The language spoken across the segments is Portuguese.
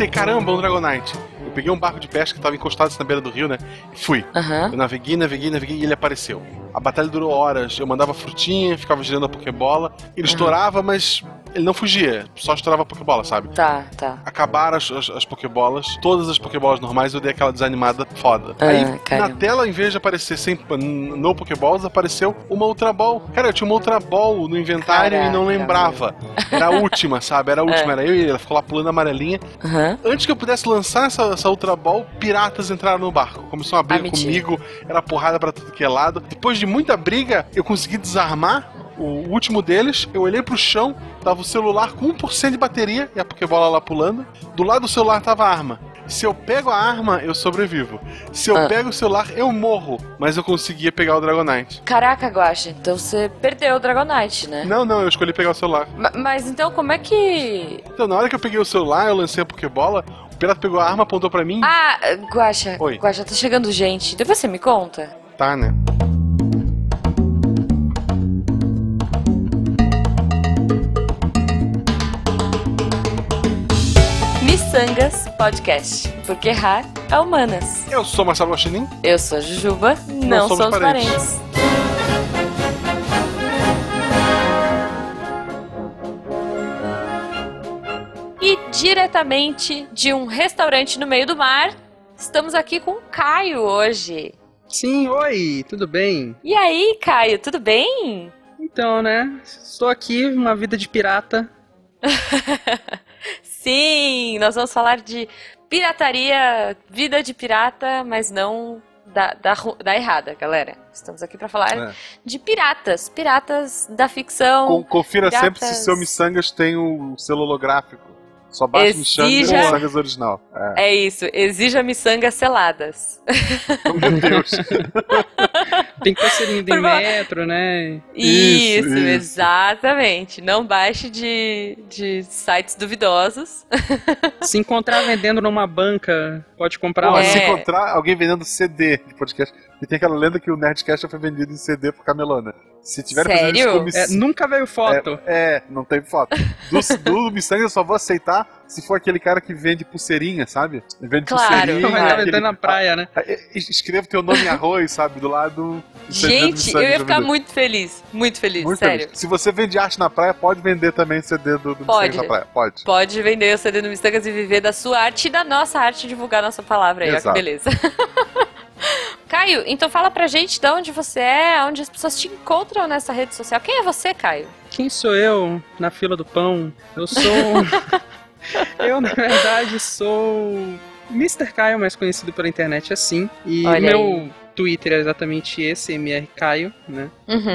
gritei, caramba, um Dragonite. Eu peguei um barco de pesca que tava encostado assim na beira do rio, né? E fui. Eu naveguei e ele apareceu. A batalha durou horas. Eu mandava frutinha, ficava girando a Pokébola. Ele estourava, mas ele não fugia. Só estourava a Pokébola, sabe? Tá. Acabaram as Pokébolas. Todas as Pokébolas normais eu dei aquela desanimada foda. Aí, caramba. na tela, em vez de aparecer no Pokéballs, apareceu uma Ultra Ball. Cara, eu tinha uma Ultra Ball no inventário e não lembrava. Era a última, sabe? Era a última. Era eu e ele. Ela ficou lá pulando a amarelinha. Antes que eu pudesse lançar essa Ultra Ball, piratas entraram no barco. Começou a briga comigo. Era porrada pra tudo que é lado. Depois de muita briga, eu consegui desarmar o último deles. Eu olhei pro chão, tava o celular com 1% de bateria e a Pokébola lá pulando. Do lado do celular tava a arma. Se eu pego a arma, eu sobrevivo. Se eu pego o celular, eu morro. Mas eu conseguia pegar o Dragonite. Caraca, Guaxa, então você perdeu o Dragonite, né? Não, eu escolhi pegar o celular. Mas então como é que... Então, na hora que eu peguei o celular, eu lancei a Pokébola, o pirata pegou a arma, apontou pra mim. Ah, Guaxa, Oi. Guaxa, tá chegando gente. Depois você me conta? Tá, né? Missangas Podcast, porque errar é humanas. Eu sou Marcelo Guaxinim. Eu sou a Jujuba, não somos parentes. E diretamente de um restaurante no meio do mar, estamos aqui com o Caio hoje. Sim, oi, tudo bem? E aí, Caio, tudo bem? Então, né, estou aqui, uma vida de pirata. Sim, nós vamos falar de pirataria, vida de pirata, mas não da errada, galera. Estamos aqui para falar de piratas da ficção. Confira piratas... sempre se o seu Missangas tem o selo holográfico. Só baixa Missangas original. É isso, exija miçangas seladas. Meu Deus. Tem que ter selinho de metro, né? Isso, exatamente. Não baixe de sites duvidosos. Se encontrar vendendo numa banca, pode comprar lá. Se encontrar alguém vendendo CD de podcast. E tem aquela lenda que o Nerdcast foi vendido em CD por Camelona. Se tiver Sério? Nunca veio foto. Não tem foto. Do Missangas eu só vou aceitar se for aquele cara que vende pulseirinha, sabe? Vende pulseirinha. Mas vendendo na praia, né? Escreva teu nome em arroz, sabe? Do lado. Gente, eu ia ficar muito feliz, sério. Se você vende arte na praia, pode vender também CD do Missangas na praia. Pode. Pode vender o CD do Missangas e viver da sua arte e da nossa arte, divulgar nossa palavra aí. Exato. Ó, que beleza. Caio, então fala pra gente de onde você é, onde as pessoas te encontram nessa rede social. Quem é você, Caio? Quem sou eu na fila do pão? Eu sou... eu, na verdade, sou Mr. Caio, mais conhecido pela internet assim. E meu Twitter é exatamente esse, MR Caio, né?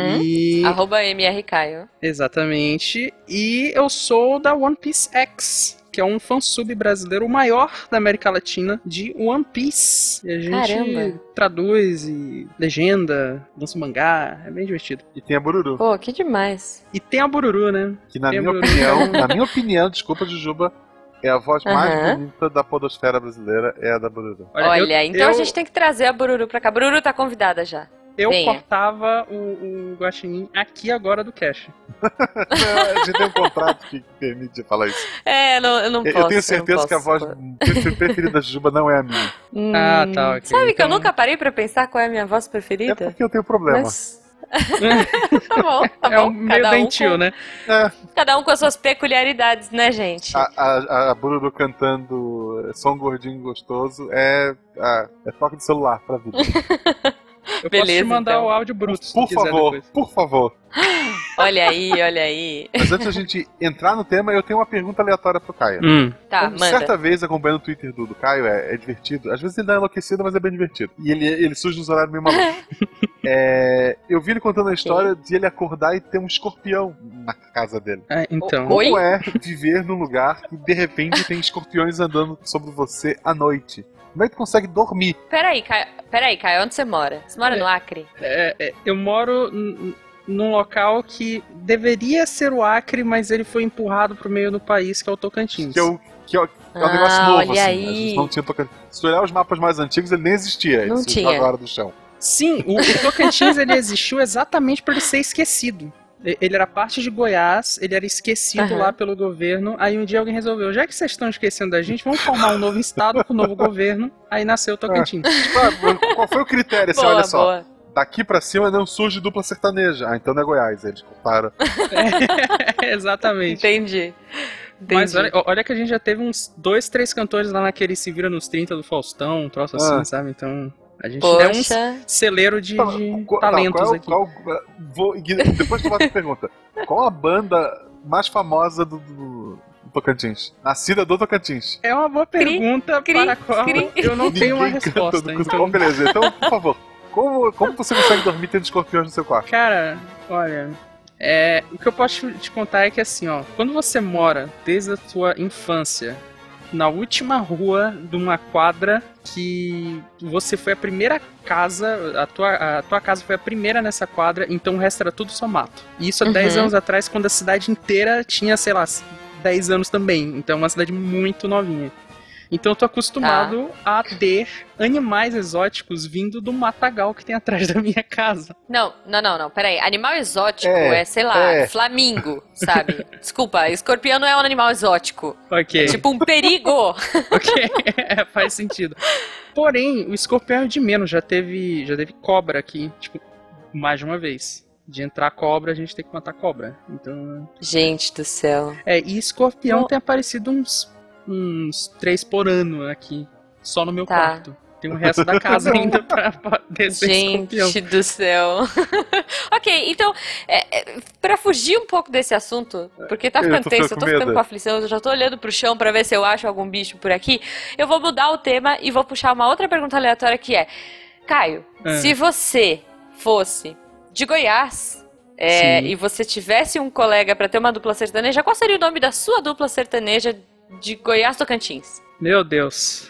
@MR Caio. Exatamente. E eu sou da One Piece X, que é um fansub brasileiro, o maior da América Latina, de One Piece. E a gente traduz e legenda, lança mangá, é bem divertido. E tem a Bururu. Pô, que demais. E tem a Bururu, né? Que na minha opinião, desculpa, Jujuba, é a voz mais bonita da podosfera brasileira, é a da Bururu. Olha, então a gente tem que trazer a Bururu pra cá. A Bururu tá convidada já. Eu cortava o Guaxinim aqui agora do Cash. A gente tem um contrato que permite falar isso. Eu não posso. Eu tenho certeza que a voz preferida da Jujuba não é a minha. Tá, ok. Sabe que eu nunca parei pra pensar qual é a minha voz preferida? É porque eu tenho problema. Mas... tá bom. É um meio dentil, né? Cada um com as suas peculiaridades, né, gente? A Bururu cantando Som Gordinho Gostoso é toque de celular pra vida. Eu posso te mandar o áudio bruto, se quiser depois. Por favor. Olha aí. Mas antes da gente entrar no tema, eu tenho uma pergunta aleatória pro Caio. Tá, manda. Certa vez, acompanhando o Twitter do Caio, é divertido. Às vezes ele dá enlouquecido, mas é bem divertido. E ele surge nos horários meio malucos. Eu vi ele contando a história de ele acordar e ter um escorpião na casa dele. Então. Como é viver num lugar que, de repente, tem escorpiões andando sobre você à noite? Como é que tu consegue dormir? Peraí, Caio, onde você mora? Você mora no Acre? Eu moro num local que deveria ser o Acre, mas ele foi empurrado pro meio do país, que é o Tocantins. Que é um negócio novo, olha assim. Aí. A gente não tinha Tocantins. Se tu olhar os mapas mais antigos, ele nem existia. Não ele tinha. Agora do chão. Sim, o Tocantins ele existiu exatamente por ele ser esquecido. Ele era parte de Goiás, ele era esquecido lá pelo governo. Aí um dia alguém resolveu, já que vocês estão esquecendo da gente, vamos formar um novo estado com um novo governo. Aí nasceu o Tocantins. Qual foi o critério? Assim, olha só. Daqui pra cima não surge dupla sertaneja. Ah, então não é Goiás. Eles cortaram. Exatamente. Entendi. Mas olha que a gente já teve uns 2, 3 cantores lá naquele Se Vira nos 30 do Faustão, um troço assim, sabe? Então... A gente é um celeiro de talentos aqui. Depois tu bota a pergunta. Qual a banda mais famosa do Tocantins? Nascida do Tocantins? É uma boa pergunta para a qual eu não tenho uma resposta. Então... beleza, então, por favor. Como você consegue dormir tendo escorpiões no seu quarto? Cara, olha... o que eu posso te contar é que assim, ó, quando você mora desde a sua infância na última rua de uma quadra que você foi a primeira casa, a tua casa foi a primeira nessa quadra, então o resto era tudo só mato. E isso há 10 anos atrás, quando a cidade inteira tinha, sei lá, 10 anos também. Então é uma cidade muito novinha. Então eu tô acostumado a ter animais exóticos vindo do matagal que tem atrás da minha casa. Não, peraí. Animal exótico sei lá, flamingo, sabe? Desculpa, escorpião não é um animal exótico. Ok. É tipo um perigo. Ok, faz sentido. Porém, o escorpião é de menos. Já teve cobra aqui, tipo, mais de uma vez. De entrar cobra, a gente tem que matar cobra. Então... Gente do céu. E escorpião tem aparecido uns 3 por ano aqui, só no meu quarto. Tem o resto da casa ainda pra descer escorpião. Gente do céu. Ok, então, pra fugir um pouco desse assunto, porque tá ficando tenso, eu tô ficando com aflição, eu já tô olhando pro chão pra ver se eu acho algum bicho por aqui, eu vou mudar o tema e vou puxar uma outra pergunta aleatória que é, Caio, se você fosse de Goiás... e você tivesse um colega pra ter uma dupla sertaneja, qual seria o nome da sua dupla sertaneja de Goiás Tocantins? Meu Deus.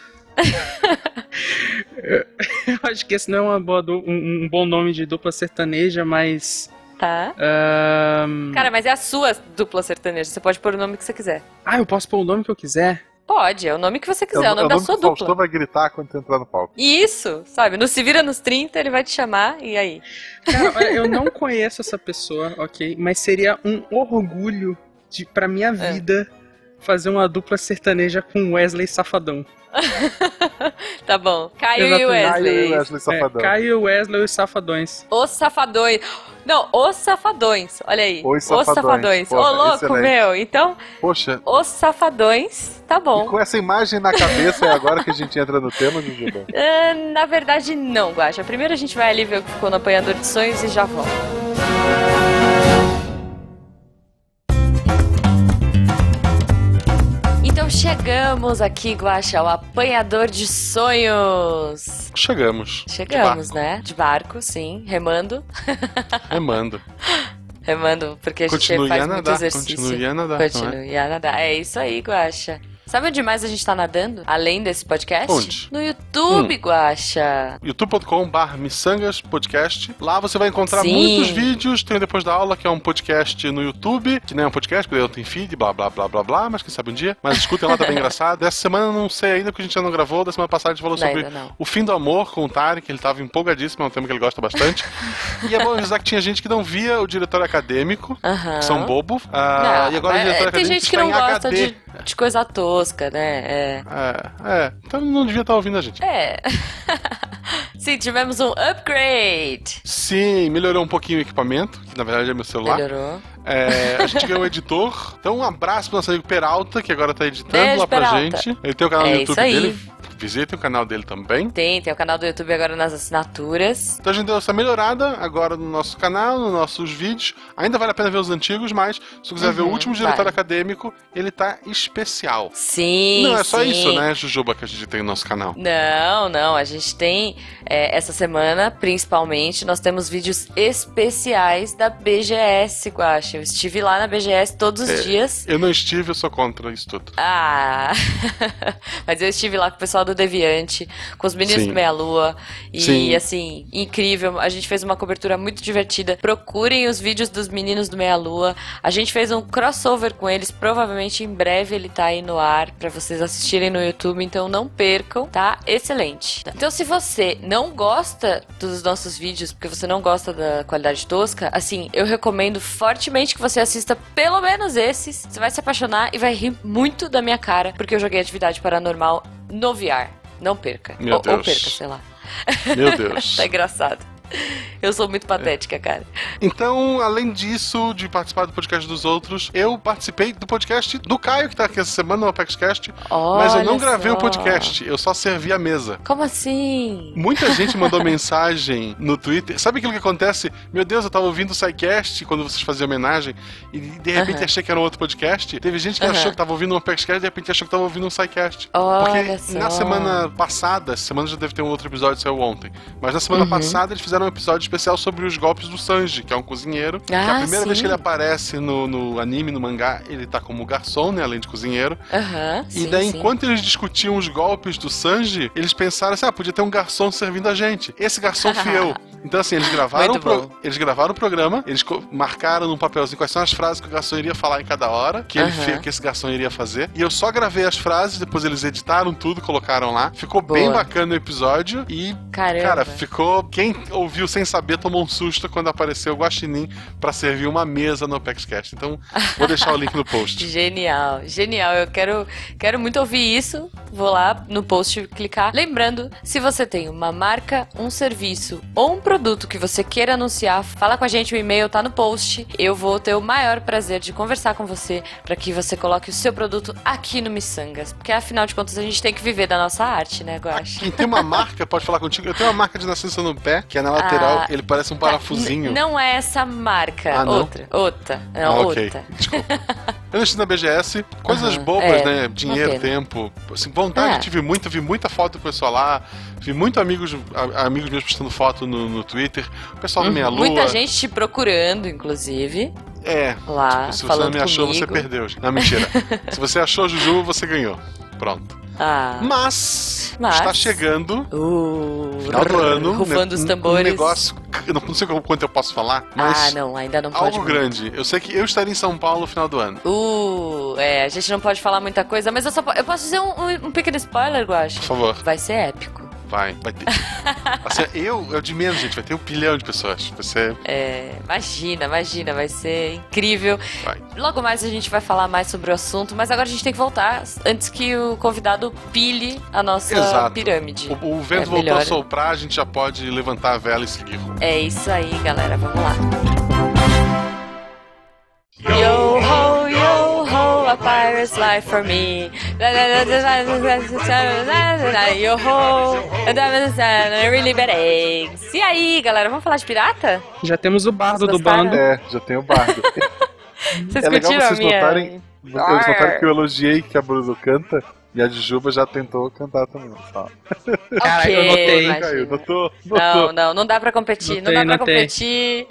Eu acho que esse não é um bom nome de dupla sertaneja, mas... Tá. Cara, mas é a sua dupla sertaneja. Você pode pôr o nome que você quiser. Eu posso pôr o nome que eu quiser? Pode, é o nome que você quiser, é o nome da sua dupla. O Faustão vai gritar quando você entrar no palco. Isso, sabe? No Se Vira nos 30, ele vai te chamar, e aí? Cara, olha, eu não conheço essa pessoa, ok? Mas seria um orgulho pra minha vida fazer uma dupla sertaneja com Wesley Safadão. Tá bom. Caio e Wesley. Caio, Wesley e os Safadões. Os Safadões. Não, os Safadões. Olha aí. Os Safadões. Ô, louco, excelente. Meu. Então, poxa. Os Safadões, tá bom. E com essa imagem na cabeça, é agora que a gente entra no tema, Jujuba? Na verdade, não, Guaxa. Primeiro a gente vai ali ver o que ficou no Apanhador de Sonhos e já volta. Então chegamos aqui, Guaxa, ao Apanhador de Sonhos. Chegamos, né? De barco, sim. Remando. Remando, porque a gente faz muito exercício. Continue a nadar. É isso aí, Guaxa. Sabe onde mais a gente tá nadando? Além desse podcast? Onde? No YouTube, Guaxa. youtube.com/missangaspodcast. Lá você vai encontrar muitos vídeos. Tem o Depois da Aula, que é um podcast no YouTube, que nem é um podcast, porque não tem feed, blá, blá, blá, blá, blá, mas quem sabe um dia. Mas escutem lá, tá bem engraçado. Essa semana eu não sei ainda, porque a gente já não gravou. Da semana passada a gente falou sobre o fim do amor com o Tarek, ele tava empolgadíssimo, é um tema que ele gosta bastante. E é bom avisar que tinha gente que não via o diretor acadêmico, que são bobo. E agora o diretor acadêmico tem gente que não gosta de coisa tosca, né? Então não devia estar ouvindo a gente. Sim, tivemos um upgrade. Sim, melhorou um pouquinho o equipamento, que na verdade é meu celular. Melhorou. A gente ganhou um editor. Então um abraço pro nosso amigo Peralta, que agora tá editando. Beijo, lá pra Peralta. gente. Ele tem o canal no YouTube isso aí. dele. Visitem o canal dele também. Tem o canal do YouTube agora nas assinaturas. Então a gente deu essa melhorada agora no nosso canal, nos nossos vídeos. Ainda vale a pena ver os antigos, mas se você quiser ver o último diretor acadêmico, ele tá especial. Sim, não é só isso, né, Jujuba, que a gente tem no nosso canal. Não. A gente tem, essa semana, principalmente, nós temos vídeos especiais da BGS, Guaxa. Eu estive lá na BGS todos os dias. Eu não estive, eu sou contra isso tudo. Mas eu estive lá com o pessoal do Deviante, com os meninos do Meia Lua. E, assim, incrível. A gente fez uma cobertura muito divertida. Procurem os vídeos dos meninos do Meia Lua. A gente fez um crossover com eles. Provavelmente em breve ele tá aí no ar pra vocês assistirem no YouTube. Então não percam, tá? Excelente. Então se você não gosta dos nossos vídeos, porque você não gosta da qualidade tosca, assim, eu recomendo fortemente que você assista pelo menos esses. Você vai se apaixonar e vai rir muito da minha cara, porque eu joguei Atividade Paranormal no VR. Não perca. Ou perca, sei lá. Meu Deus. Tá engraçado. Eu sou muito patética, cara. Então, além disso, de participar do podcast dos outros, eu participei do podcast do Caio, que tá aqui essa semana no ApexCast, mas eu não gravei o podcast, eu só servi a mesa. Como assim? Muita gente mandou mensagem no Twitter. Sabe aquilo que acontece? Meu Deus, eu tava ouvindo o SciCast quando vocês faziam homenagem e de repente achei que era um outro podcast. Teve gente que achou que tava ouvindo um ApexCast e de repente achou que tava ouvindo um SciCast. Porque na semana passada, essa semana já deve ter um outro episódio que saiu ontem, mas na semana passada eles fizeram um episódio especial sobre os golpes do Sanji, que é um cozinheiro. Que a primeira vez que ele aparece no anime, no mangá, ele tá como garçom, né? Além de cozinheiro. E daí, enquanto eles discutiam os golpes do Sanji, eles pensaram assim, podia ter um garçom servindo a gente. Esse garçom fui eu. Então, assim, eles gravaram o programa, eles marcaram num papelzinho quais são as frases que o garçom iria falar em cada hora, que esse garçom iria fazer. E eu só gravei as frases, depois eles editaram tudo, colocaram lá. Ficou bem bacana o episódio e, cara, ficou... Quem ouviu sem saber tomou um susto quando apareceu o Guaxinim pra servir uma mesa no ApexCast. Então, vou deixar o link no post. Genial. Eu quero muito ouvir isso. Vou lá no post clicar. Lembrando, se você tem uma marca, um serviço ou um produto que você queira anunciar, fala com a gente, o e-mail tá no post. Eu vou ter o maior prazer de conversar com você para que você coloque o seu produto aqui no Missangas. Porque afinal de contas a gente tem que viver da nossa arte, né, Guax? Quem tem uma marca pode falar contigo. Eu tenho uma marca de nascença no pé, que é na lateral, ele parece um parafusinho. Não é essa marca. Outra. Ok. Desculpa. Eu assisti na BGS, coisas bobas, né? Dinheiro, tempo. Assim, vontade, vi muita foto do pessoal lá. Vi muitos amigos meus postando foto no Twitter. O pessoal do Meia Lua. Muita gente te procurando, inclusive. Lá, tipo, se você não me achou, você perdeu. Não, mentira. Se você achou a Juju, você ganhou. Pronto. Mas está chegando final do ano, rufando os tambores. Um negócio, não sei quanto eu posso falar, mas ainda não pode. Algo grande. Eu sei que eu estaria em São Paulo no final do ano. A gente não pode falar muita coisa, mas eu posso dizer um pequeno spoiler, Guaxa? Por favor. Vai ser épico. Vai ter. Assim, eu de menos, gente, vai ter 1 bilhão de pessoas. Vai ser... Imagina, vai ser incrível. Vai. Logo mais a gente vai falar mais sobre o assunto, mas agora a gente tem que voltar antes que o convidado pile a nossa pirâmide. O vento voltou a soprar, a gente já pode levantar a vela e seguir. É isso aí, galera, vamos lá. Yo ho, yo ho, a pirate's life for me. Yo ho, really bad eggs. E aí, galera, vamos falar de pirata? Já temos o bardo do bando. Já tem o bardo. Vocês curtiram a minha... Vocês notarem que eu elogiei que a Bruno canta. E a Jujuba já tentou cantar também, sabe? Cara, eu notei. Não dá pra competir, competir.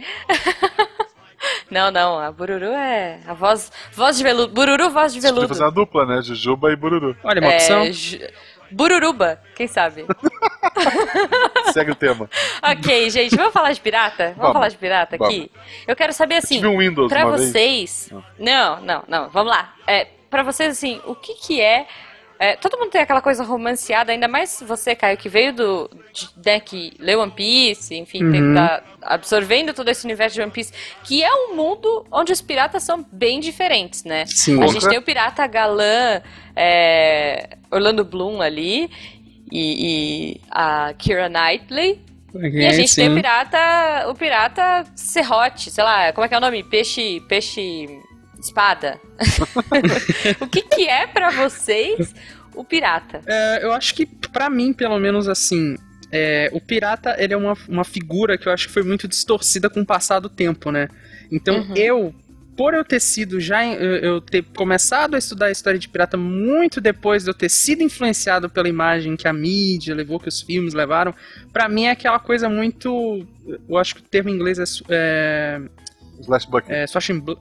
Não, a Bururu é a voz de veludo. Bururu, voz de veludo. Você podia fazer uma dupla, né? Jujuba e Bururu. Olha, uma opção. Bururuba, quem sabe? Segue o tema. Ok, gente, vamos falar de pirata? Vamos falar de pirata aqui? Eu quero saber, assim, um Windows pra vocês... Não, vamos lá. Pra vocês, assim, o que é... todo mundo tem aquela coisa romanceada, ainda mais você, Caio, que veio que leu One Piece, enfim, tá absorvendo todo esse universo de One Piece, que é um mundo onde os piratas são bem diferentes, né? Sim. A gente tem o pirata galã Orlando Bloom ali, e a Keira Knightley, e a gente tem o pirata serrote, sei lá, como é que é o nome? Peixe espada. O que é pra vocês o pirata? Eu acho que, pra mim, pelo menos assim, o pirata, ele é uma figura que eu acho que foi muito distorcida com o passar do tempo, né? Então, por eu ter sido eu ter começado a estudar a história de pirata muito depois de eu ter sido influenciado pela imagem que a mídia levou, que os filmes levaram, pra mim é aquela coisa muito... Eu acho que o termo em inglês Slash Bucket. Swashbuckling.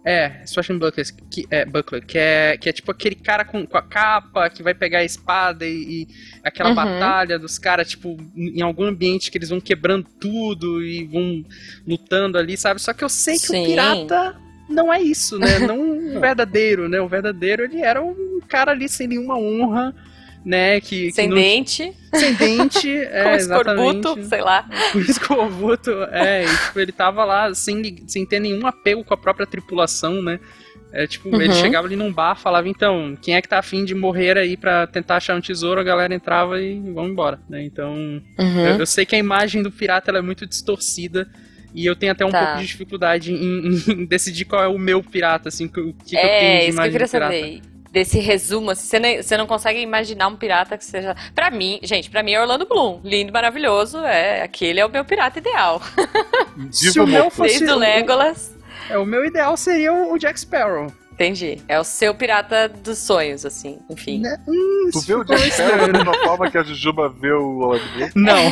Swashbuckler, que é tipo aquele cara com a capa que vai pegar a espada e aquela batalha dos caras, tipo, em algum ambiente que eles vão quebrando tudo e vão lutando ali, sabe? Só que eu sei que o pirata não é isso, né? Não o verdadeiro, né? O verdadeiro, ele era um cara ali sem nenhuma honra, né? Sem dente. Sem dente, com escorbuto, sei lá. Com escorbuto, e tipo, ele tava lá sem ter nenhum apego com a própria tripulação, né? Ele chegava ali num bar, falava, então, quem é que tá afim de morrer aí pra tentar achar um tesouro? A galera entrava e vamos embora, né? Então, eu sei que a imagem do pirata, ela é muito distorcida. E eu tenho até um pouco de dificuldade em decidir qual é o meu pirata, assim, o que eu tenho de imagem É, isso que eu queria saber. Desse resumo, assim, você não consegue imaginar um pirata que seja... Pra mim é Orlando Bloom. Lindo, maravilhoso, aquele é o meu pirata ideal. Se o meu fosse... Desde o Legolas... o meu ideal seria o Jack Sparrow. Entendi. É o seu pirata dos sonhos, assim, enfim. Tu vê o Jack Sparrow da mesma forma que a Jujuba vê o Orlando Bloom?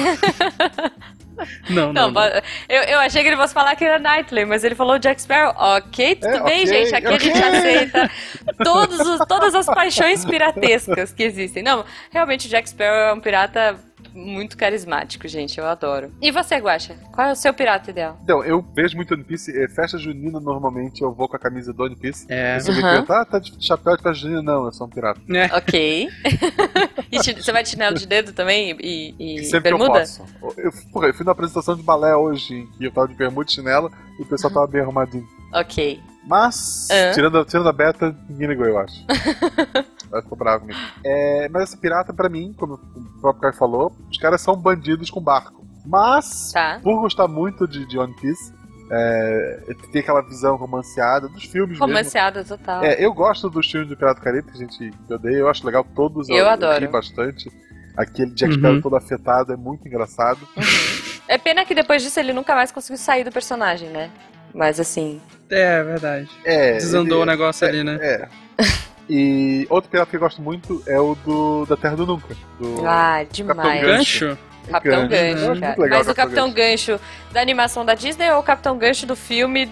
Não. Eu achei que ele fosse falar que era Knightley, mas ele falou Jack Sparrow. Ok, tudo bem, gente. Aqui a gente aceita todas as paixões piratescas que existem. Não, realmente o Jack Sparrow é um pirata muito carismático, gente. Eu adoro. E você, Guaxa? Qual é o seu pirata ideal? Então, eu vejo muito One Piece. Festa junina, normalmente, eu vou com a camisa do One Piece. Você me pergunta, tá de chapéu de festa junina? Não, eu sou um pirata. Ok. E você vai de chinelo de dedo também? E sempre bermuda? que eu posso. Eu fui na apresentação de balé hoje, em que eu tava de bermuda e chinelo, e o pessoal tava bem arrumadinho. Ok. Mas, tirando a beta, ninguém ligou, eu acho. Vai ficar bravo comigo. Mas essa pirata, pra mim, como o próprio Caio falou, os caras são bandidos com barco. Mas, por gostar muito de One Piece, tem aquela visão romanceada dos filmes romanceada mesmo. Total. Eu gosto dos filmes do Pirata do Caribe, que a gente odeia, eu acho legal todos. Eu adoro. Ri bastante. Aquele Jack Sparrow todo afetado é muito engraçado. É pena que depois disso ele nunca mais conseguiu sair do personagem, né? Mas assim... É verdade. Desandou o negócio ali, né? E outro pirata que eu gosto muito é o da Terra do Nunca. Demais. Capitão Gancho? Capitão Gancho, cara. Mas o Capitão Gancho da animação da Disney ou o Capitão Gancho do filme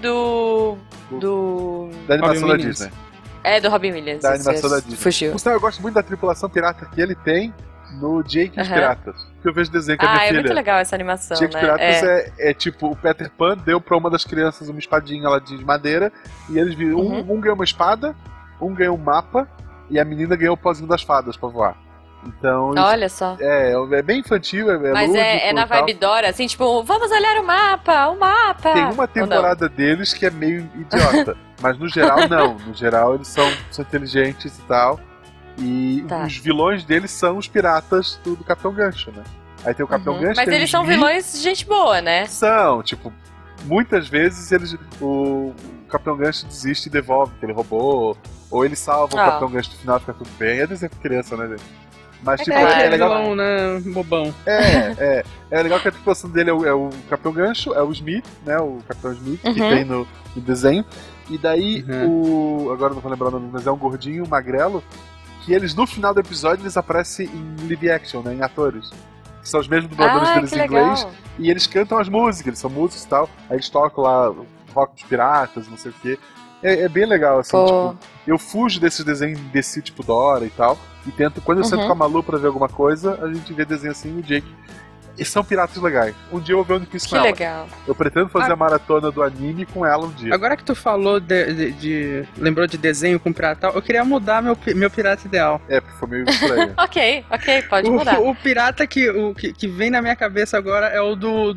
da animação da Disney. Do Robin Williams. Da animação da Disney. Fugiu. Eu gosto muito da tripulação pirata que ele tem no Jake e os Piratas. Que eu vejo desenho com a minha filha. É muito legal essa animação, Jake e os Piratas é tipo, o Peter Pan deu pra uma das crianças uma espadinha lá de madeira e eles viram, um ganhou uma espada, um ganhou um mapa e a menina ganhou o pozinho das fadas pra voar. Então, olha só. É bem infantil, mas lúdico, é na vibe Dora, assim, tipo, vamos olhar o mapa. Tem uma temporada deles que é meio idiota, mas no geral não. No geral eles são inteligentes e tal. E os vilões deles são os piratas do Capitão Gancho, né? Aí tem o Capitão Gancho. Mas eles são vilões de gente boa, né? São, tipo, muitas vezes o Capitão Gancho desiste e devolve que ele roubou, ou ele salva o Capitão Gancho no final e fica tudo bem. É desenho pra criança, né, gente? Mas, tipo, é legal. Vilão, né? Bobão. É legal que a tripulação dele é o Capitão Gancho, é o Smith, né? O Capitão Smith, que tem no desenho. E daí agora não vou lembrar o nome, mas é um gordinho, um magrelo, que eles, no final do episódio, eles aparecem em live action, né? Em atores. Que são os mesmos dubladores deles em inglês. E eles cantam as músicas, eles são músicos e tal. Aí eles tocam lá rock dos piratas, não sei o quê. É bem legal, assim, tipo, eu fujo desses desenhos desse tipo Dora e tal, e tento, quando eu sento com a Malu pra ver alguma coisa, a gente vê desenho assim no Jake. E são piratas legais. Um dia eu vou ver One Piece com ela. Que legal. Eu pretendo fazer a maratona do anime com ela um dia. Agora que tu falou lembrou de desenho com pirata, eu queria mudar meu pirata ideal. Porque foi meio estranho. ok, pode mudar. O pirata que vem na minha cabeça agora é o do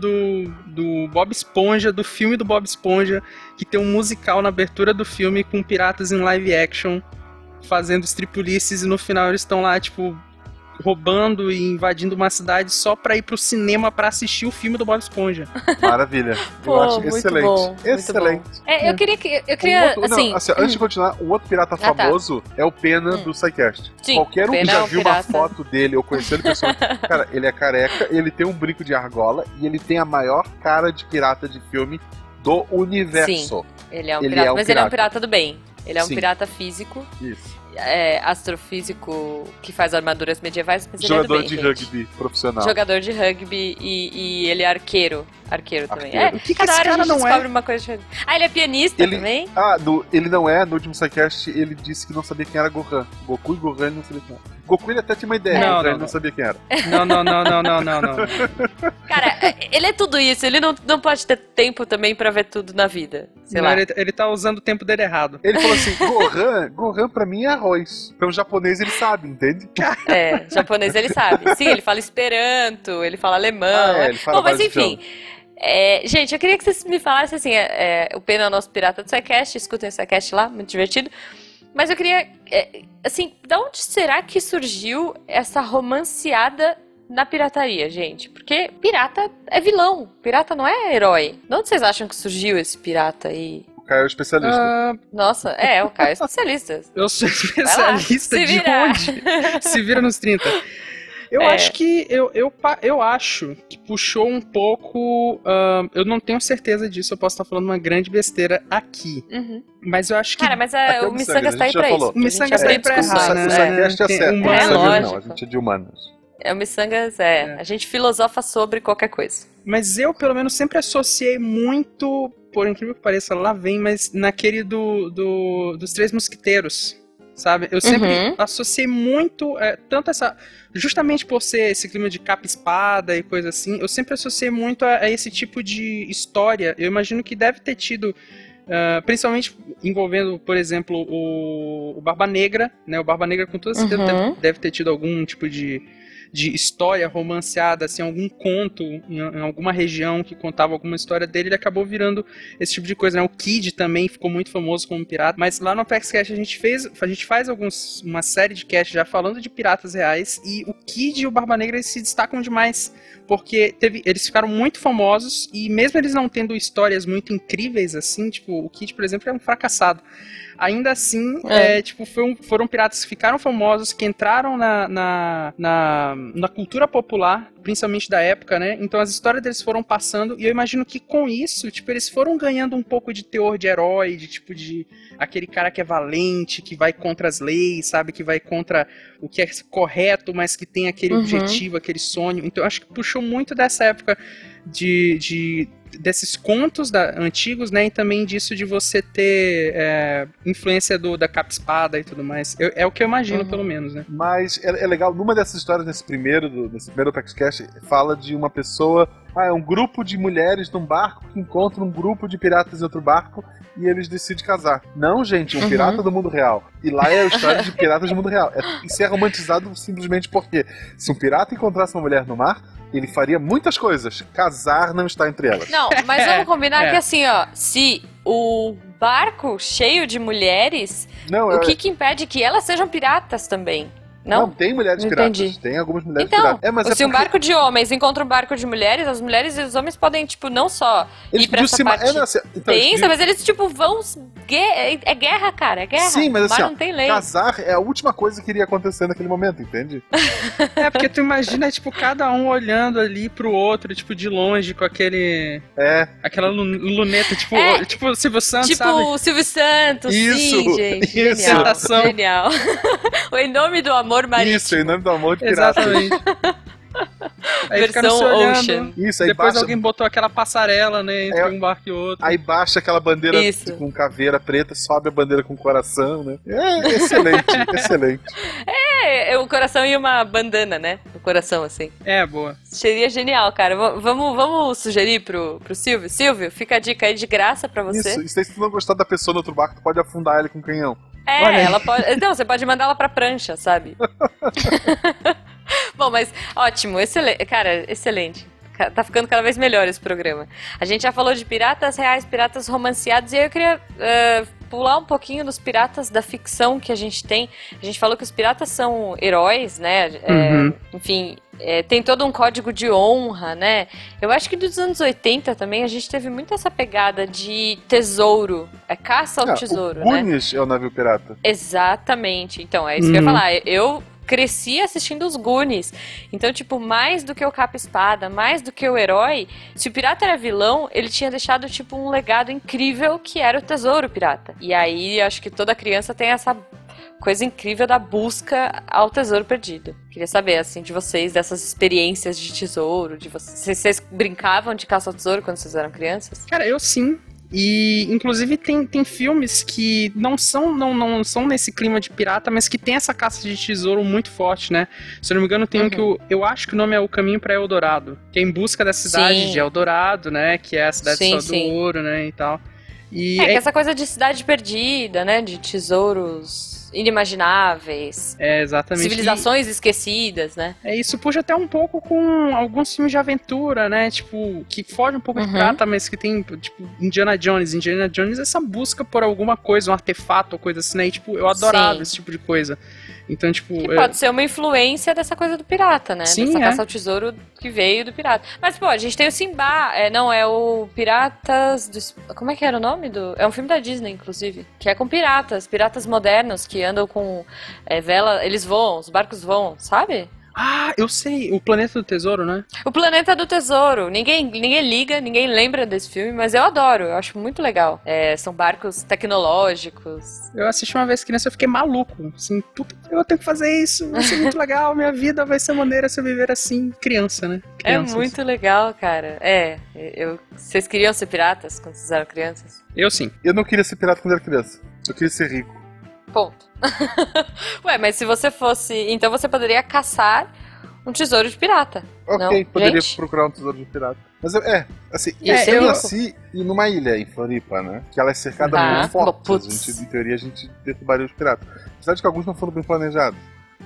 Bob Esponja, do filme do Bob Esponja, que tem um musical na abertura do filme com piratas em live action fazendo estripulices e no final eles estão lá, tipo, roubando e invadindo uma cidade só pra ir pro cinema pra assistir o filme do Bob Esponja. Maravilha. Eu acho excelente. Bom, excelente. Eu queria antes de continuar, um outro pirata famoso é o Pena do SciCast. Qualquer um que já viu uma foto dele ou conheceu ele pessoalmente, cara, ele é careca, ele tem um brinco de argola e ele tem a maior cara de pirata de filme do universo. Sim, ele é um pirata, mas ele é um pirata do bem. Ele é um pirata físico. Isso. Astrofísico que faz armaduras medievais, mas jogador ele é do bem, de rugby profissional. Jogador de rugby e ele é arqueiro. Arqueiro também. O que cada esse hora cara a gente não descobre é? uma coisa diferente. Ele é pianista também? Ele não é. No último Psycast, ele disse que não sabia quem era Gohan. Goku e Gohan ele não sabia quem era. Goku ele até tinha uma ideia, mas ele não sabia quem era. Não. Cara, ele é tudo isso. Ele não pode ter tempo também pra ver tudo na vida. Sei lá. Ele tá usando o tempo dele errado. Ele falou assim, Gohan pra mim é arroz. Então o japonês ele sabe, entende? Japonês ele sabe. Sim, ele fala esperanto, ele fala alemão. Ele fala. Bom, mas enfim... gente, eu queria que vocês me falassem assim, o Pena é o nosso pirata do Psycast, escutem o Psycast lá, muito divertido. Mas eu queria, assim, de onde será que surgiu essa romanceada na pirataria, gente? Porque pirata é vilão, pirata não é herói. De onde vocês acham que surgiu esse pirata aí? O Caio é o especialista. Nossa, o Caio é especialista. Eu sou especialista de onde? Se vira nos 30. Eu acho que eu acho que puxou um pouco. Eu não tenho certeza disso, eu posso estar falando uma grande besteira aqui. Uhum. Mas eu acho que. Cara, mas o Missangas tá aí pra isso. O Missangas tá aí pra errar, né? O Psycast é certo, lógico. A gente é de humanos. O Missangas a gente filosofa sobre qualquer coisa. Mas eu, pelo menos, sempre associei muito, por incrível que pareça, lá vem, mas naquele dos Três Mosquiteiros. Sabe? Eu sempre associei muito, tanto essa... Justamente por ser esse clima de capa-espada e coisa assim, eu sempre associei muito a esse tipo de história. Eu imagino que deve ter tido, principalmente envolvendo, por exemplo, o Barba Negra, né? O Barba Negra com toda certeza deve ter tido algum tipo de história romanceada, assim, algum conto em alguma região que contava alguma história dele, ele acabou virando esse tipo de coisa, né? O Kid também ficou muito famoso como pirata, mas lá no Apex Cash a gente faz uma série de cast já falando de piratas reais, e o Kid e o Barba Negra eles se destacam demais, porque eles ficaram muito famosos, e mesmo eles não tendo histórias muito incríveis assim, tipo, o Kid, por exemplo, é um fracassado. Ainda assim, foram piratas que ficaram famosos, que entraram na cultura popular, principalmente da época, né? Então as histórias deles foram passando, e eu imagino que com isso, tipo, eles foram ganhando um pouco de teor de herói, de aquele cara que é valente, que vai contra as leis, sabe? Que vai contra o que é correto, mas que tem aquele objetivo, aquele sonho. Então eu acho que puxou muito dessa época desses contos antigos, né, e também disso de você ter influência da capa-espada e tudo mais. É o que eu imagino, pelo menos, né. Mas é legal, numa dessas histórias, nesse primeiro Apex fala de uma pessoa, é um grupo de mulheres num barco que encontra um grupo de piratas em outro barco e eles decidem casar. Não, gente, um pirata do mundo real. E lá é a história de piratas do mundo real. Isso é romantizado simplesmente porque se um pirata encontrasse uma mulher no mar, ele faria muitas coisas. Casar não está entre elas. Não, mas vamos combinar que assim, ó, se o barco cheio de mulheres, o que impede que elas sejam piratas também? Não, tem mulheres piratas. Entendi. Tem algumas mulheres então, piratas. Mas se um barco de homens encontra um barco de mulheres, as mulheres e os homens podem, tipo, não só ir pra essa parte tensa, mas eles, tipo, vão... É guerra, cara, é guerra. Sim, mas assim, não tem lei. Casar é a última coisa que iria acontecer naquele momento, entende? Porque tu imagina, tipo, cada um olhando ali pro outro, tipo, de longe, com aquela luneta, tipo o Silvio Santos, sabe? Tipo o Silvio Santos, isso, sim, gente. Isso. Genial. Em nome do amor marítimo. Isso, em nome do amor de pirata. Exatamente. Aí versão Ocean. Isso, aí depois alguém botou aquela passarela, né, entre um barco e outro. Aí baixa aquela bandeira com caveira preta, sobe a bandeira com coração, né? Excelente, excelente. O coração e uma bandana, né? O coração, assim. Boa. Seria genial, cara. Vamos sugerir pro Silvio? Silvio, fica a dica aí de graça pra você. Isso aí, se tu não gostar da pessoa no outro barco, tu pode afundar ele com um canhão. Ela pode... Não, você pode mandar ela pra prancha, sabe? Bom, mas ótimo, excelente. Cara, excelente. Tá ficando cada vez melhor esse programa. A gente já falou de piratas reais, piratas romanceados, e aí eu queria pular um pouquinho nos piratas da ficção que a gente tem. A gente falou que os piratas são heróis, né? Enfim, tem todo um código de honra, né? Eu acho que dos anos 80 também a gente teve muito essa pegada de tesouro, caça ao tesouro, o Goonies, né? É o navio pirata. Exatamente. Então, é isso que eu ia falar. Eu cresci assistindo os Goonies. Então, tipo, mais do que o capa-espada, mais do que o herói, se o pirata era vilão, ele tinha deixado, tipo, um legado incrível que era o tesouro pirata. E aí, acho que toda criança tem essa coisa incrível da busca ao tesouro perdido. Queria saber, assim, de vocês, dessas experiências de tesouro, de vocês. Vocês brincavam de caça ao tesouro quando vocês eram crianças? Cara, eu sim. E, inclusive, tem filmes que não são nesse clima de pirata, mas que tem essa caça de tesouro muito forte, né? Se eu não me engano, tem um que eu acho que o nome é O Caminho para Eldorado, que é em busca da cidade de Eldorado, né? Que é a cidade do ouro, né? E tal. E que essa coisa de cidade perdida, né? De tesouros inimagináveis. Exatamente. Civilizações esquecidas, né? Isso puxa até um pouco com alguns filmes de aventura, né? Tipo, que foge um pouco de prata, mas que tem, tipo, Indiana Jones. Indiana Jones é essa busca por alguma coisa, um artefato ou coisa assim, né? E, tipo, eu adorava esse tipo de coisa. Então, tipo... Que pode ser uma influência dessa coisa do pirata, né? Sim, dessa caça ao tesouro que veio do pirata. Mas, pô, a gente tem o Simba, é o Piratas do... Como é que era o nome do... É um filme da Disney, inclusive, que é com piratas modernos que andam com vela, eles voam, os barcos voam, sabe? Ah, eu sei, o Planeta do Tesouro, né? O Planeta do Tesouro. Ninguém liga, ninguém lembra desse filme, mas eu adoro, eu acho muito legal. São barcos tecnológicos. Eu assisti uma vez criança, eu fiquei maluco. Assim, puta, eu tenho que fazer isso, vai ser muito legal, minha vida vai ser maneira se eu viver assim, criança, né? Crianças. É muito legal, cara. Vocês queriam ser piratas quando vocês eram crianças? Eu sim. Eu não queria ser pirata quando era criança. Eu queria ser rico. Ponto. Ué, mas se você fosse... Então você poderia caçar um tesouro de pirata. Ok, não? poderia Gente? procurar um tesouro de pirata. Mas eu nasci numa ilha em Floripa, né? Que ela é cercada por fortes. Em teoria, a gente derrubaria os piratas. Apesar de que alguns não foram bem planejados.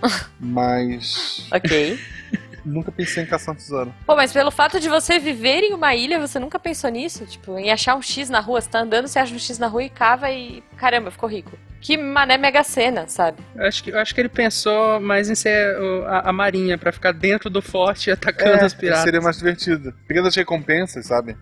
Mas... Ok. Nunca pensei em caçar um tesouro. Pô, mas pelo fato de você viver em uma ilha, você nunca pensou nisso? Tipo, em achar um X na rua, você tá andando, você acha um X na rua e cava e... Caramba, ficou rico. Que mané Mega Sena, sabe? Eu acho que ele pensou mais em ser a marinha, pra ficar dentro do forte atacando os piratas. Seria mais divertido. Pegando as recompensas, sabe?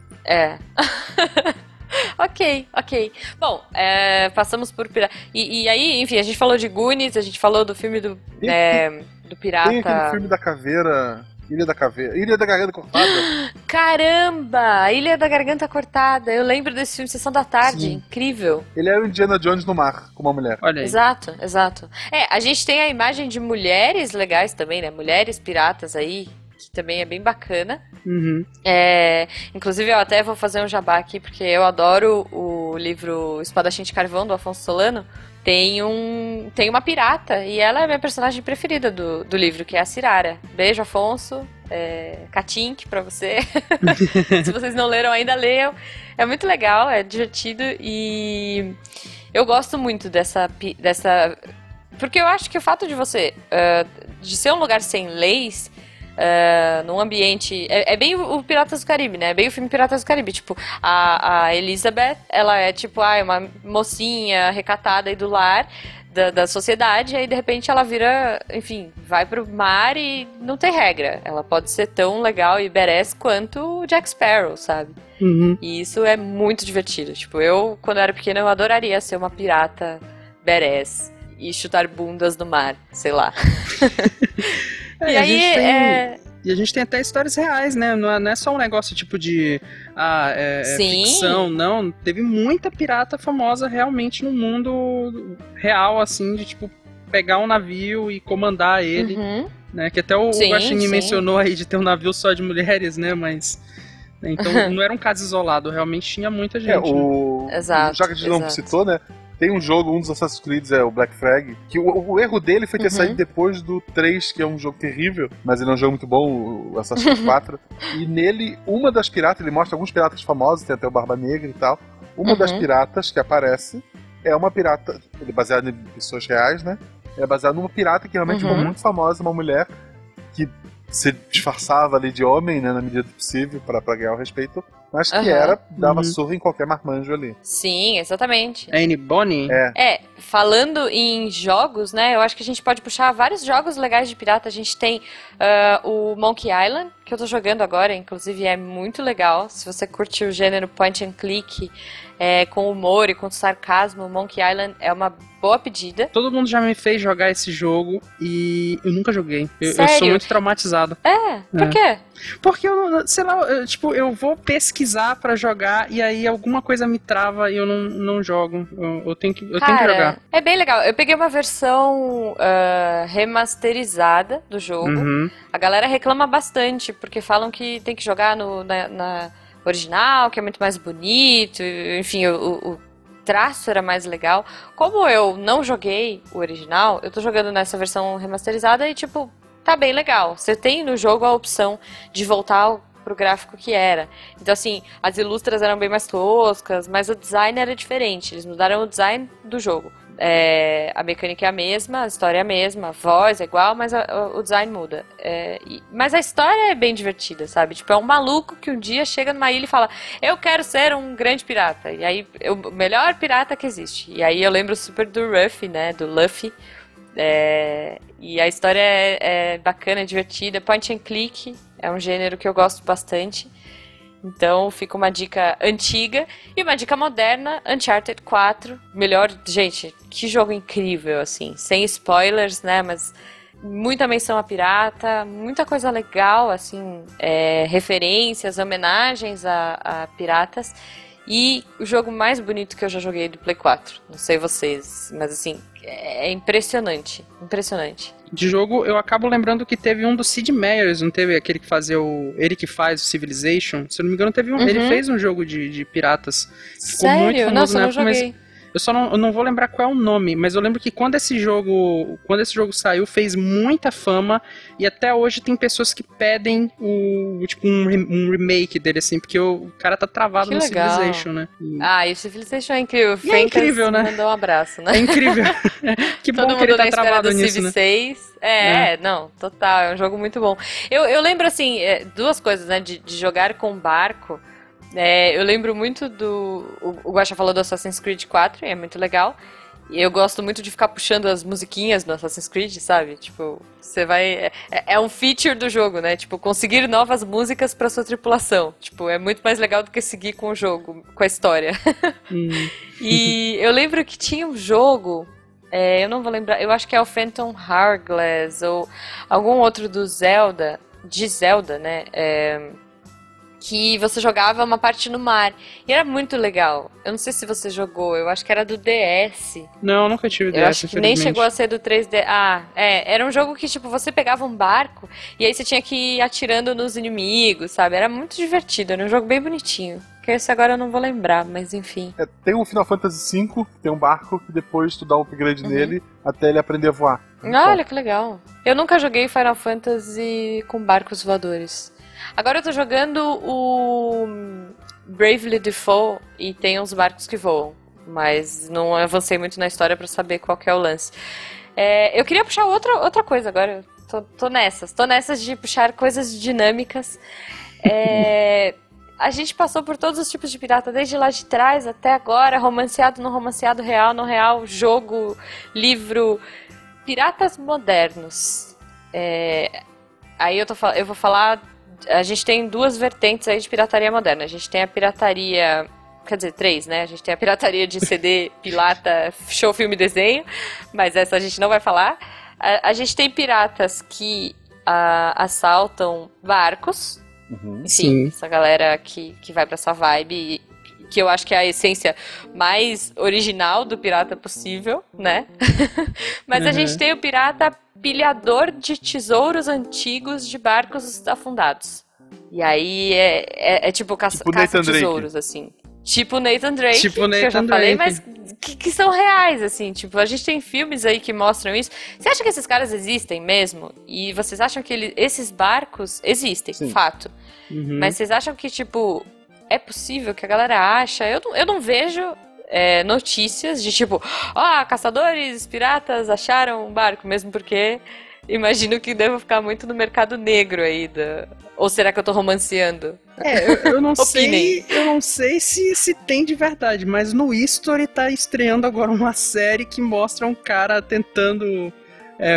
Ok. Bom, passamos por pirata. E aí, enfim, a gente falou de Goonies, a gente falou do filme do pirata. Tem aquele filme da caveira... Ilha da Garganta Cortada. Caramba! Ilha da Garganta Cortada. Eu lembro desse filme Sessão da Tarde. Sim. Incrível. Ele era o Indiana Jones no mar, com uma mulher. Olha aí. Exato. A gente tem a imagem de mulheres legais também, né? Mulheres piratas aí, que também é bem bacana. Uhum. Inclusive, eu até vou fazer um jabá aqui, porque eu adoro o livro Espadachim de Carvão, do Afonso Solano. Tem uma pirata, e ela é a minha personagem preferida do livro, que é a Cirara. Beijo, Afonso. Catink pra você. Se vocês não leram ainda, leiam. É muito legal, é divertido, e eu gosto muito dessa... Porque eu acho que o fato de você... de ser um lugar sem leis... num ambiente... É bem o Piratas do Caribe, né? É bem o filme Piratas do Caribe. Tipo, a Elizabeth, ela é tipo, uma mocinha recatada aí do lar, da sociedade, e aí de repente ela vira, enfim, vai pro mar e não tem regra. Ela pode ser tão legal e badass quanto o Jack Sparrow, sabe? Uhum. E isso é muito divertido. Tipo, eu, quando eu era pequena, eu adoraria ser uma pirata badass e chutar bundas no mar, sei lá. E aí, E a gente tem até histórias reais, né? Não é só um negócio tipo de... ficção, não. Teve muita pirata famosa realmente no mundo real, assim, de tipo, pegar um navio e comandar ele, né? Que até o Guaxinim mencionou aí de ter um navio só de mulheres, né? Mas... Então não era um caso isolado, realmente tinha muita gente. Exato. Já que a gente não citou, né? Tem um jogo, um dos Assassin's Creed é o Black Flag, que o erro dele foi ter saído depois do 3, que é um jogo terrível, mas ele é um jogo muito bom, o Assassin's Creed 4. E nele, uma das piratas, ele mostra alguns piratas famosos, tem até o Barba Negra e tal. Uma das piratas que aparece é uma pirata, ele é baseado em pessoas reais, né? É baseado numa pirata que realmente é muito famosa, uma mulher que se disfarçava ali de homem, né, na medida do possível, para ganhar o respeito, mas que dava surra em qualquer marmanjo ali. Sim, exatamente. É Anne Bonny? Falando em jogos, né, eu acho que a gente pode puxar vários jogos legais de pirata. A gente tem o Monkey Island, que eu tô jogando agora, inclusive é muito legal. Se você curte o gênero point and click, com humor e com sarcasmo, Monkey Island é uma boa pedida. Todo mundo já me fez jogar esse jogo e eu nunca joguei. Eu Sério? sou muito traumatizado. Por quê? Porque eu, sei lá, eu vou pesquisar pesquisar pra jogar e aí alguma coisa me trava e eu não jogo. Eu tenho que jogar. É bem legal. Eu peguei uma versão remasterizada do jogo. Uhum. A galera reclama bastante, porque falam que tem que jogar na original, que é muito mais bonito. Enfim, o traço era mais legal. Como eu não joguei o original, eu tô jogando nessa versão remasterizada e, tipo, tá bem legal. Você tem no jogo a opção de voltar pro gráfico que era. Então, assim, as ilustras eram bem mais toscas, mas o design era diferente. Eles mudaram o design do jogo. A mecânica é a mesma, a história é a mesma, a voz é igual, mas o design muda. Mas a história é bem divertida, sabe? Tipo, é um maluco que um dia chega numa ilha e fala: eu quero ser um grande pirata. E aí, o melhor pirata que existe. E aí eu lembro super do Ruffy, né? Do Luffy. E a história é bacana, é divertida. Point and click é um gênero que eu gosto bastante. Então fica uma dica antiga e uma dica moderna, Uncharted 4. Melhor, gente, que jogo incrível, assim. Sem spoilers, né, mas muita menção a pirata, muita coisa legal, assim, referências, homenagens a piratas. E o jogo mais bonito que eu já joguei do Play 4. Não sei vocês, mas assim, é impressionante. Impressionante. De jogo, eu acabo lembrando que teve um do Sid Meier's, não teve aquele que fazia ele que faz o Civilization? Se eu não me engano, teve um. Uhum. Ele fez um jogo de piratas. Ficou Sério? muito famoso. Nossa, na época, não joguei. Mas eu não vou lembrar qual é o nome, mas eu lembro que quando esse jogo saiu, fez muita fama, e até hoje tem pessoas que pedem um remake dele, assim, porque o cara tá travado no Civilization, né? E o Civilization é incrível. É incrível, né? Mandou um abraço, né? É incrível. Que bom que ele tá travado nisso, né? Não, total, é um jogo muito bom. Eu lembro, assim, duas coisas, né, de jogar com barco. Eu lembro muito o Guaxa falou do Assassin's Creed 4, e é muito legal. E eu gosto muito de ficar puxando as musiquinhas no Assassin's Creed, sabe? Tipo, você vai... É um feature do jogo, né? Tipo, conseguir novas músicas pra sua tripulação. Tipo, é muito mais legal do que seguir com o jogo, com a história. E eu lembro que tinha um jogo... eu não vou lembrar, eu acho que é o Phantom Hourglass, ou algum outro de Zelda, né? Que você jogava uma parte no mar. E era muito legal. Eu não sei se você jogou, eu acho que era do DS. Não, nunca tive DS, eu acho que nem chegou a ser do 3D. Era um jogo que, tipo, você pegava um barco e aí você tinha que ir atirando nos inimigos, sabe? Era muito divertido, era um jogo bem bonitinho. Que esse agora eu não vou lembrar, mas enfim. Tem um Final Fantasy V, tem um barco que depois tu dá um upgrade nele até ele aprender a voar. Olha que legal. Eu nunca joguei Final Fantasy com barcos voadores. Agora eu tô jogando o Bravely Default e tem uns barcos que voam, mas não avancei muito na história pra saber qual que é o lance. Eu queria puxar outra coisa agora, tô nessas de puxar coisas dinâmicas. A gente passou por todos os tipos de pirata, desde lá de trás até agora, romanceado, não romanceado, real, não real, jogo, livro, piratas modernos. Aí eu vou falar... A gente tem duas vertentes aí de pirataria moderna. A gente tem a pirataria... Quer dizer, 3, né? A gente tem a pirataria de CD, pilata, show, filme, desenho. Mas essa a gente não vai falar. A gente tem piratas que assaltam barcos. Enfim, sim. Essa galera que vai pra essa vibe... Que eu acho que é a essência mais original do pirata possível, né? Mas a gente tem o pirata pilhador de tesouros antigos de barcos afundados. E aí é tipo caça-tesouros, assim. Tipo Nathan Drake, que eu já falei, mas que são reais, assim. Tipo, a gente tem filmes aí que mostram isso. Você acha que esses caras existem mesmo? E vocês acham que esses barcos existem, sim, fato. Mas vocês acham que, tipo... É possível que a galera acha... Eu não vejo notícias de tipo... caçadores, piratas acharam um barco. Mesmo porque imagino que deva ficar muito no mercado negro aí. Ou será que eu tô romanceando? Eu não sei. Eu não sei se tem de verdade. Mas no History tá estreando agora uma série que mostra um cara tentando...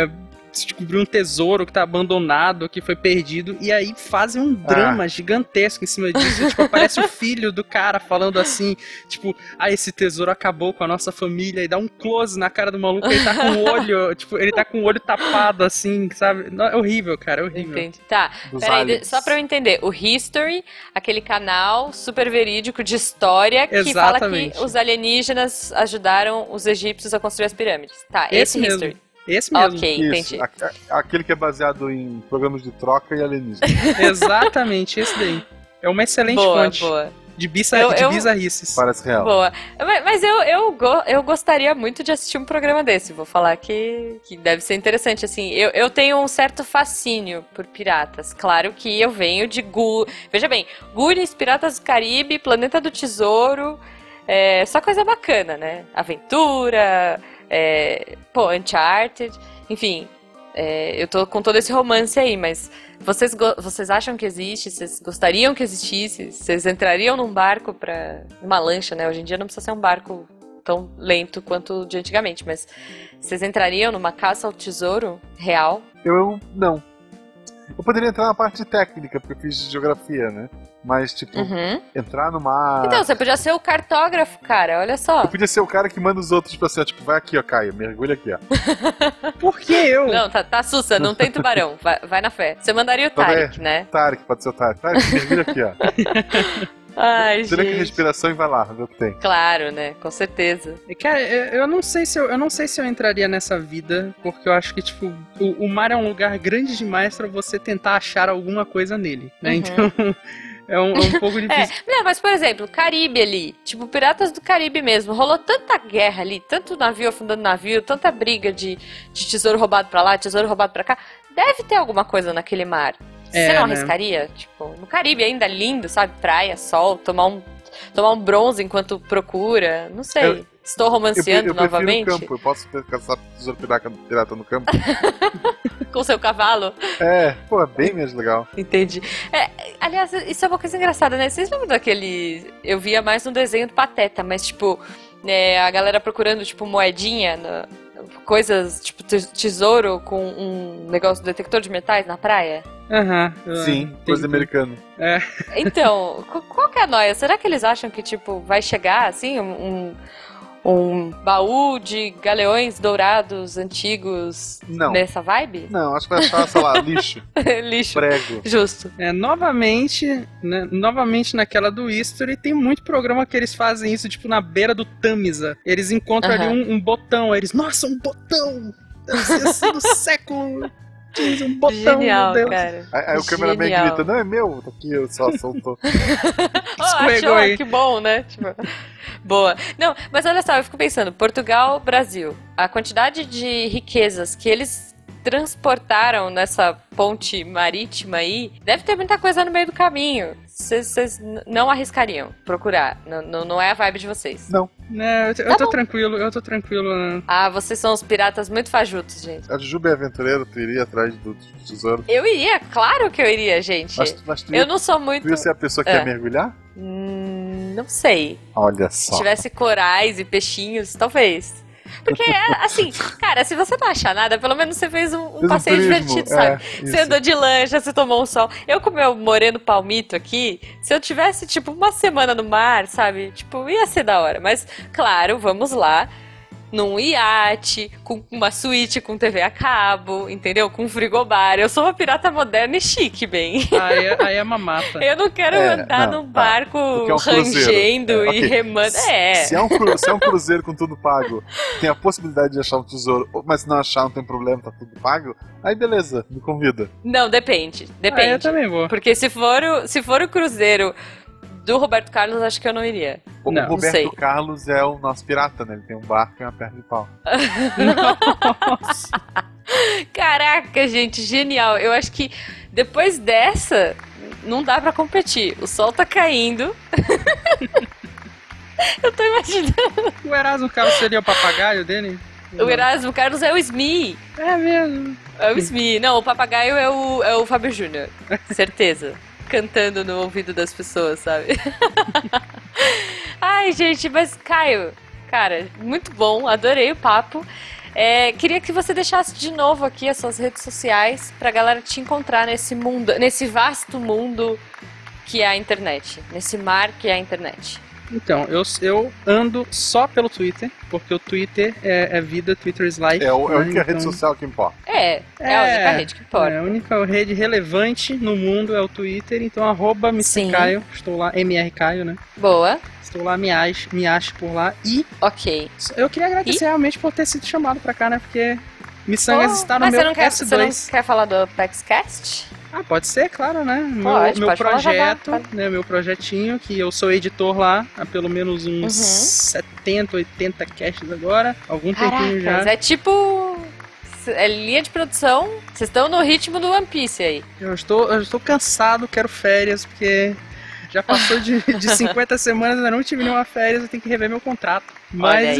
descobrir um tesouro que tá abandonado, que foi perdido, e aí fazem um drama gigantesco em cima disso. Tipo, aparece o filho do cara falando assim, tipo, esse tesouro acabou com a nossa família, e dá um close na cara do maluco, ele tá com o olho, tipo, ele tá com o olho tapado, assim, sabe? É horrível, cara, é horrível. Entendi. Tá, peraí, só pra eu entender, o History, aquele canal super verídico de história, que Exatamente. fala que os alienígenas ajudaram os egípcios a construir as pirâmides. Tá, esse History. Esse mesmo. Ok, Isso, entendi. aquele que é baseado em programas de troca e alienígena. Exatamente, esse daí. É uma excelente fonte. Boa. De bizarrices. Parece real. Boa. Mas eu gostaria muito de assistir um programa desse. Vou falar que deve ser interessante. Assim, eu tenho um certo fascínio por piratas. Claro que eu venho de Veja bem, Goonies, Piratas do Caribe, Planeta do Tesouro. Só coisa bacana, né? Aventura, Uncharted. Enfim, eu tô com todo esse romance aí, mas vocês acham que existe? Vocês gostariam que existisse? Vocês entrariam num barco numa lancha, né? Hoje em dia não precisa ser um barco tão lento quanto de antigamente, mas vocês entrariam numa caça ao tesouro real? Eu não. Eu poderia entrar na parte técnica, porque eu fiz geografia, né? Mas, tipo, entrar no mar... Então, você podia ser o cartógrafo, cara, olha só. Eu podia ser o cara que manda os outros pra ser, tipo, vai aqui, ó, Caio, mergulha aqui, ó. Por que eu? Não, tá sussa, não tem tubarão, vai na fé. Você mandaria o Tarek, né? Tarek, pode ser o Tarek. Tarek, mergulha aqui, ó. Ai, Tira gente. aqui a respiração e vai lá, vê o que tem. Claro, né? Com certeza. Cara, eu não sei se eu entraria nessa vida, porque eu acho que, tipo, o mar é um lugar grande demais pra você tentar achar alguma coisa nele, né? Então... É um pouco difícil. Não, mas, por exemplo, Caribe ali, tipo, Piratas do Caribe mesmo, rolou tanta guerra ali, tanto navio afundando navio, tanta briga de tesouro roubado pra lá, tesouro roubado pra cá. Deve ter alguma coisa naquele mar. Você não arriscaria? Né? Tipo, no Caribe ainda lindo, sabe? Praia, sol, tomar um bronze enquanto procura. Não sei. Estou romanceando novamente. No campo. Eu posso caçar tesouro pirata no campo. Com seu cavalo. É bem mais legal. Entendi. Aliás, isso é uma coisa engraçada, né? Vocês lembram daquele... Eu via mais no desenho do Pateta, mas, tipo, a galera procurando, tipo, moedinha, coisas, tipo, tesouro com um negócio de detector de metais na praia? Sim, coisa americana. Então, qual que é a noia? Será que eles acham que, tipo, vai chegar, assim, um baú de galeões dourados antigos nessa vibe? Não, acho que vai achar, sei lá, lixo. Lixo. Prego. Justo. Novamente naquela do History, tem muito programa que eles fazem isso, tipo, na beira do Tamisa. Eles encontram ali um botão, eles, nossa, um botão! Deve ser assim do século... Um botão, genial, meu Deus. Cara. Aí o cameraman grita, não é meu, tá aqui, eu só soltou. Achou, aí. Que bom, né? Tipo, boa. Não, mas olha só, eu fico pensando, Portugal, Brasil, a quantidade de riquezas que eles transportaram nessa ponte marítima aí, deve ter muita coisa no meio do caminho. Vocês não arriscariam procurar? Não é a vibe de vocês? Não. Eu tô tranquilo. Né? Ah, vocês são os piratas muito fajutos, gente. A Jujuba é aventureira, tu iria atrás do tesouro? Eu iria, claro que eu iria, gente. Mas eu não sou muito... Tu ia ser a pessoa que ia mergulhar? Não sei. Olha só. Se tivesse corais e peixinhos, talvez. Porque, assim, cara, se você não achar nada, pelo menos você fez um passeio divertido, sabe? Você andou de lancha, você tomou um sol. Eu com meu moreno palmito aqui, se eu tivesse, tipo, uma semana no mar, sabe? Tipo, ia ser da hora. Mas, claro, vamos lá. Num iate, com uma suíte com TV a cabo, entendeu? Com um frigobar. Eu sou uma pirata moderna e chique, bem. Aí é mamata. Eu não quero andar num barco rangendo e remando. Se é um cruzeiro com tudo pago, tem a possibilidade de achar um tesouro, mas se não achar, não tem problema, tá tudo pago, aí beleza, me convida. Não, depende. Eu também vou. Porque se for o cruzeiro do Roberto Carlos, acho que eu não iria. O Roberto Carlos é o nosso pirata, né? Ele tem um barco e uma perna de pau. Nossa! Caraca, gente, genial. Eu acho que depois dessa, não dá pra competir. O sol tá caindo. Eu tô imaginando. O Erasmo Carlos seria o papagaio dele? O Erasmo Carlos é o Smee. É mesmo. É o Smee. Não, o papagaio é o Fábio Júnior. Certeza. Cantando no ouvido das pessoas, sabe? Ai, gente, mas Caio, cara, muito bom, adorei o papo. Queria que você deixasse de novo aqui as suas redes sociais pra galera te encontrar nesse mundo, nesse vasto mundo que é a internet, nesse mar que é a internet. Então, eu ando só pelo Twitter, porque o Twitter é vida, Twitter is life. É a única rede social que importa. É a única rede que importa. A única rede relevante no mundo é o Twitter, então @MrCaio, estou lá, MR Caio, né? Boa. Estou lá, me ache por lá. E eu queria agradecer realmente por ter sido chamado pra cá, né? Porque Missangas está no meu S2. Mas você não quer falar do PaxCast? Pode ser, claro, né? Meu projeto, né? Meu projetinho, que eu sou editor lá há pelo menos uns 70, 80 casts agora. Algum tempinho já. É tipo... É linha de produção. Vocês estão no ritmo do One Piece aí. Eu estou cansado, quero férias, porque já passou de 50 semanas, ainda não tive nenhuma férias, eu tenho que rever meu contrato. Mas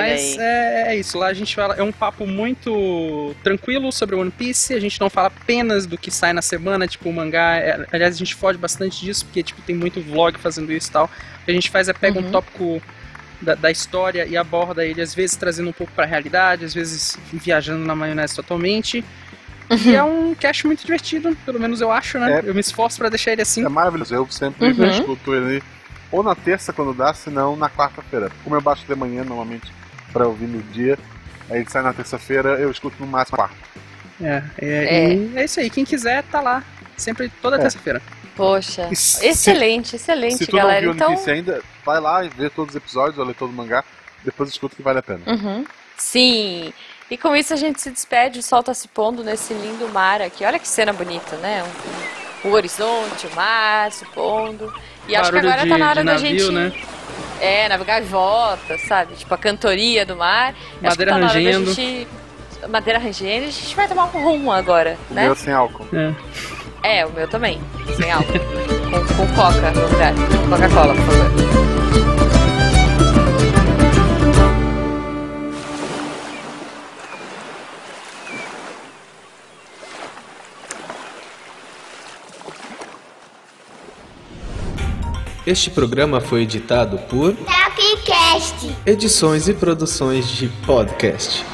é isso, lá a gente fala, é um papo muito tranquilo sobre o One Piece, a gente não fala apenas do que sai na semana, tipo o mangá, aliás a gente foge bastante disso, porque tipo, tem muito vlog fazendo isso e tal. O que a gente faz é pega um tópico da história e aborda ele, às vezes trazendo um pouco pra realidade, às vezes viajando na maionese totalmente. E é um cast muito divertido, pelo menos eu acho, né? Eu me esforço pra deixar ele assim. É maravilhoso, eu sempre escuto ele ou na terça quando dá, senão na quarta-feira. Como eu baixo de manhã normalmente pra ouvir no dia, aí ele sai na terça-feira, eu escuto no máximo quarta. E é isso aí, quem quiser tá lá, sempre toda terça-feira. Poxa, excelente, se tu galera. Não viu o One Piece ainda, vai lá e vê todos os episódios, ou lê todo o mangá, depois escuta que vale a pena. Sim. E com isso a gente se despede, o sol tá se pondo nesse lindo mar aqui. Olha que cena bonita, né? O horizonte, o mar se pondo. E acho que agora tá na hora da gente... Né? Navegar gaivota, sabe? Tipo a cantoria do mar. Madeira rangendo. Madeira rangendo. A gente vai tomar um rumo agora, o né? Meu sem álcool. O meu também. Sem álcool. com coca no lugar. Coca-Cola, por favor. Este programa foi editado por Tapcast. Edições e Produções de Podcast.